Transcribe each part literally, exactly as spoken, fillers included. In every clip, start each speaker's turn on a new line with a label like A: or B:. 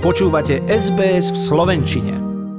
A: Počúvate es bé es v slovenčine.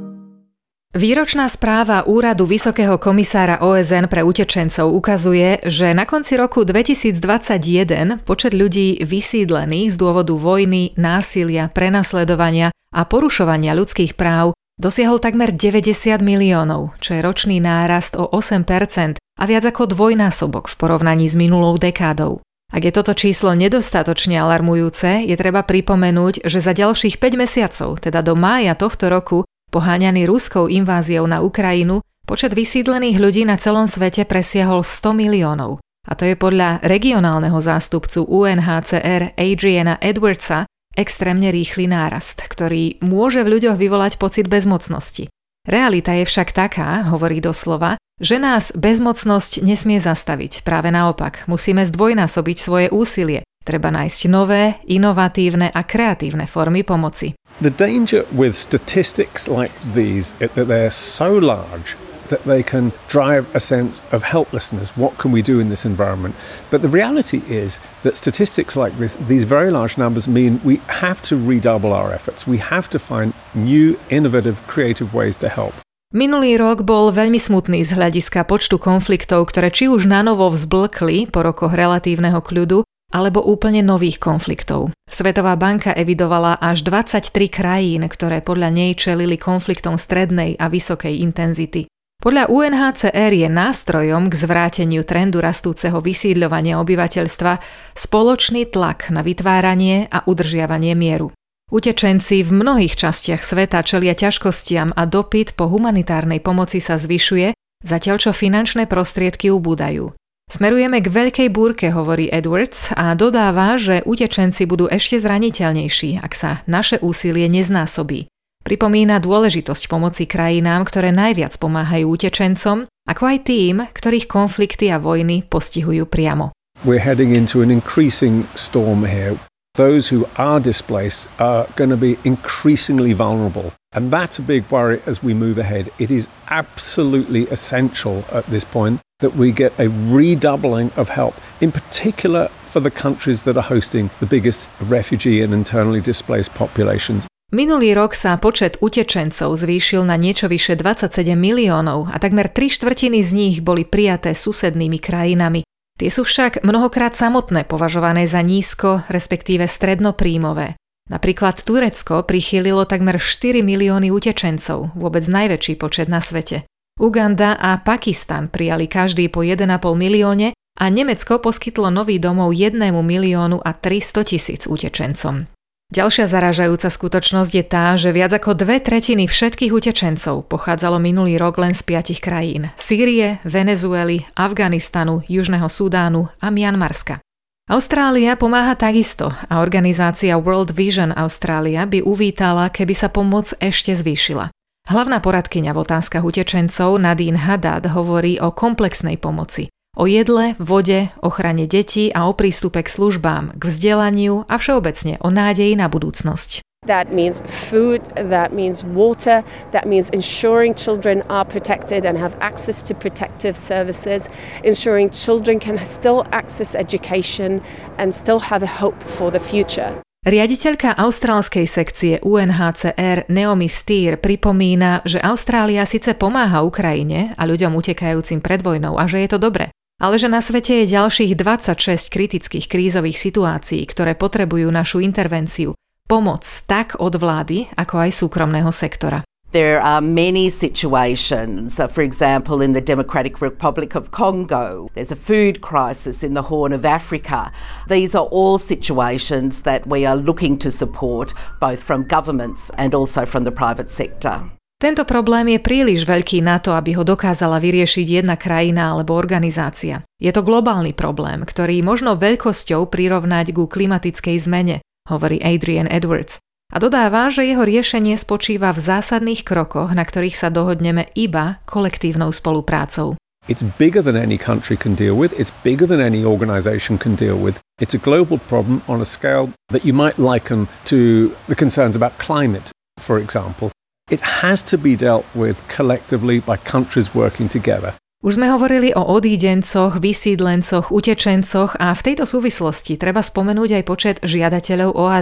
B: Výročná správa Úradu Vysokého komisára ó es en pre utečencov ukazuje, že na konci roku dvetisícdvadsaťjeden počet ľudí vysídlených z dôvodu vojny, násilia, prenasledovania a porušovania ľudských práv dosiahol takmer deväťdesiat miliónov, čo je ročný nárast o osem percent a viac ako dvojnásobok v porovnaní s minulou dekádou. Ak je toto číslo nedostatočne alarmujúce, je treba pripomenúť, že za ďalších päť mesiacov, teda do mája tohto roku, poháňaný ruskou inváziou na Ukrajinu, počet vysídlených ľudí na celom svete presiahol sto miliónov. A to je podľa regionálneho zástupcu ú en há cé er Adriana Edwardsa extrémne rýchly nárast, ktorý môže v ľuďoch vyvolať pocit bezmocnosti. Realita je však taká, hovorí doslova, že nás bezmocnosť nesmie zastaviť. Práve naopak, musíme zdvojnásobiť svoje úsilie. Treba nájsť nové, inovatívne a kreatívne formy pomoci.
C: The danger with statistics like these is that they're so large that they can drive a sense of helplessness. What can we do in this environment? But the reality is that statistics like this, these very large numbers mean we have to redouble our efforts. We have to find new, innovative, creative ways to help.
B: Minulý rok bol veľmi smutný z hľadiska počtu konfliktov, ktoré či už nanovo vzblkli po rokoch relatívneho kľudu, alebo úplne nových konfliktov. Svetová banka evidovala až dvadsaťtri krajín, ktoré podľa nej čelili konfliktom strednej a vysokej intenzity. Podľa ú en há cé er je nástrojom k zvráteniu trendu rastúceho vysídľovania obyvateľstva spoločný tlak na vytváranie a udržiavanie mieru. Utečenci v mnohých častiach sveta čelia ťažkostiam a dopyt po humanitárnej pomoci sa zvyšuje, zatiaľ čo finančné prostriedky ubúdajú. Smerujeme k veľkej búrke, hovorí Edwards, a dodáva, že utečenci budú ešte zraniteľnejší, ak sa naše úsilie neznásobí. Pripomína dôležitosť pomoci krajinám, ktoré najviac pomáhajú utečencom, ako aj tým, ktorých konflikty a vojny postihujú priamo.
C: We're heading into an increasing storm here. Those who are displaced are going to be increasingly vulnerable. And that's a big worry as we move ahead. It is absolutely essential at this point that we get a redoubling of help, in particular for the countries that are hosting the biggest refugee and internally displaced populations.
B: Minulý rok sa počet utečencov zvýšil na niečo vyše dvadsaťsedem miliónov a takmer tri štvrtiny z nich boli prijaté susednými krajinami. Tie sú však mnohokrát samotné považované za nízko, respektíve strednopríjmové. Napríklad Turecko prichýlilo takmer štyri milióny utečencov, vôbec najväčší počet na svete. Uganda a Pakistan prijali každý po jeden a pol milióne a Nemecko poskytlo nový domov jednému miliónu a tristotisíc utečencom. Ďalšia zarážajúca skutočnosť je tá, že viac ako dve tretiny všetkých utečencov pochádzalo minulý rok len z piatich krajín: Sýrie, Venezuely, Afganistanu, Južného Sudánu a Mianmarska. Austrália pomáha takisto a organizácia World Vision Australia by uvítala, keby sa pomoc ešte zvýšila. Hlavná poradkyňa v otázkach utečencov Nadine Haddad hovorí o komplexnej pomoci. O jedle, vode, ochrane detí a o prístupe k službám, k vzdelaniu a všeobecne o nádeji na budúcnosť.
D: That means food, that means water, that means ensuring children are protected and have access to protective services, ensuring children can still access education and still have a hope for the future.
B: Riaditeľka austrálskej sekcie ú en há cé er Naomi Steer pripomína, že Austrália síce pomáha Ukrajine a ľuďom utekajúcim pred vojnou a že je to dobre, ale že na svete je ďalších dvadsaťšesť kritických krízových situácií, ktoré potrebujú našu intervenciu, pomoc tak od vlády, ako aj súkromného sektora.
E: There are many situations, uh, for example, in the Democratic Republic of Congo. There's a food crisis in the Horn of Africa. These are all situations that we are looking to support, both from governments and also from the private sector.
B: Tento problém je príliš veľký na to, aby ho dokázala vyriešiť jedna krajina alebo organizácia. Je to globálny problém, ktorý možno veľkosťou prirovnať ku klimatickej zmene, hovorí Adrian Edwards. A dodáva, že jeho riešenie spočíva v zásadných krokoch, na ktorých sa dohodneme iba kolektívnou spoluprácou.
C: It's bigger than any country can deal with. It's bigger than any organization can deal with. It's a global problem on a scale that you might liken to the concerns about climate, for example. It has to be dealt with collectively by countries working together.
B: Už sme hovorili o odídencoch, vysídlencoch, utečencoch a v tejto súvislosti treba spomenúť aj počet žiadateľov o azyl.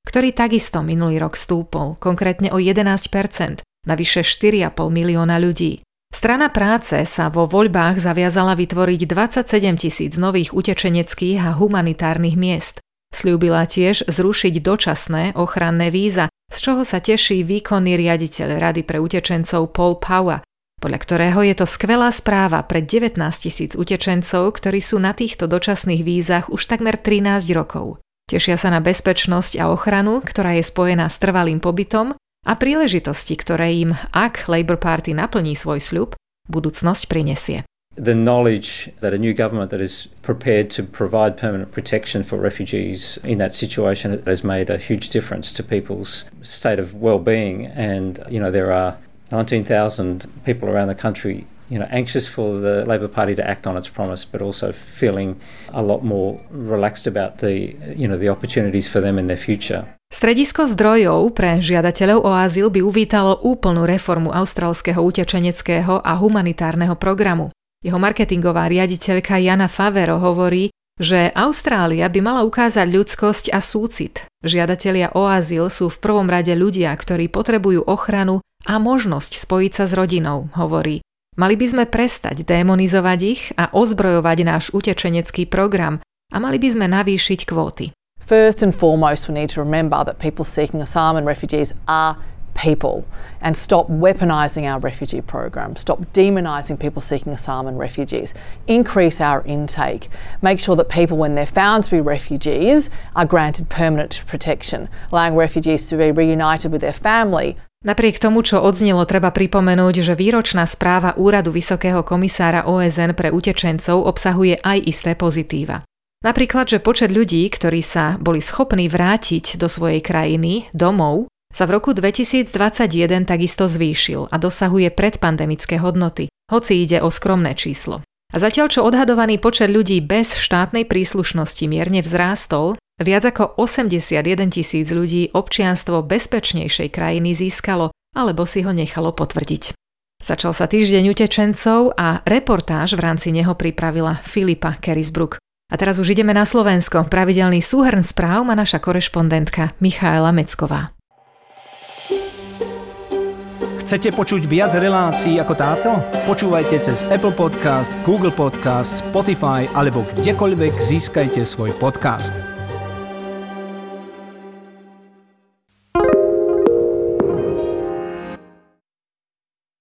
B: ktorý takisto minulý rok stúpol, konkrétne o jedenásť percent, na vyše štyri a pol milióna ľudí. Strana práce sa vo voľbách zaviazala vytvoriť dvadsaťsedem tisíc nových utečeneckých a humanitárnych miest. Sľúbila tiež zrušiť dočasné ochranné víza, z čoho sa teší výkonný riaditeľ Rady pre utečencov Paul Powa, podľa ktorého je to skvelá správa pre devätnásť tisíc utečencov, ktorí sú na týchto dočasných vízach už takmer trinásť rokov. Tešia sa na bezpečnosť a ochranu, ktorá je spojená s trvalým pobytom a príležitosti, ktoré im, ak Labour Party naplní svoj sľub, budúcnosť prinesie.
F: The knowledge that a new government that is prepared to provide permanent protection for refugees in that situation has made a huge difference to people's state of well-being. And, you know, there are nineteen thousand people around the country, you know, anxious for the Labor Party to act on its promise, but also feeling a lot more relaxed about the, you know, the opportunities for them in their future.
B: Stredisko zdrojov pre žiadateľov o azyl by uvítalo úplnú reformu austrálskeho utečeneckého a humanitárneho programu. Jeho marketingová riaditeľka Jana Favero hovorí, že Austrália by mala ukázať ľudskosť a súcit. Žiadatelia o azyl sú v prvom rade ľudia, ktorí potrebujú ochranu a možnosť spojiť sa s rodinou, hovorí. Mali by sme prestať démonizovať ich a ozbrojovať náš utečenecký program a mali by sme navýšiť kvóty.
G: First and foremost, we need to remember that people seeking asylum and refugees are people and stop weaponising our refugee program, stop demonising people seeking asylum and refugees, increase our intake, make sure that people, when they're found to be refugees, are granted permanent protection, allowing refugees to be reunited with their family.
B: Napriek tomu, čo odznelo, treba pripomenúť, že výročná správa Úradu Vysokého komisára ó es en pre utečencov obsahuje aj isté pozitíva. Napríklad, že počet ľudí, ktorí sa boli schopní vrátiť do svojej krajiny, domov, sa v roku dvetisícdvadsaťjeden takisto zvýšil a dosahuje predpandemické hodnoty, hoci ide o skromné číslo. A zatiaľ čo odhadovaný počet ľudí bez štátnej príslušnosti mierne vzrástol, viac ako osemdesiatjeden tisíc ľudí občianstvo bezpečnejšej krajiny získalo alebo si ho nechalo potvrdiť. Začal sa týždeň utečencov a reportáž v rámci neho pripravila Filipa Kerisbrook. A teraz už ideme na Slovensko. Pravidelný súhrn správ má naša korešpondentka Michaela Mecková.
A: Chcete počuť viac relácií ako táto? Počúvajte cez Apple Podcast, Google Podcast, Spotify alebo kdekoľvek získajte svoj podcast.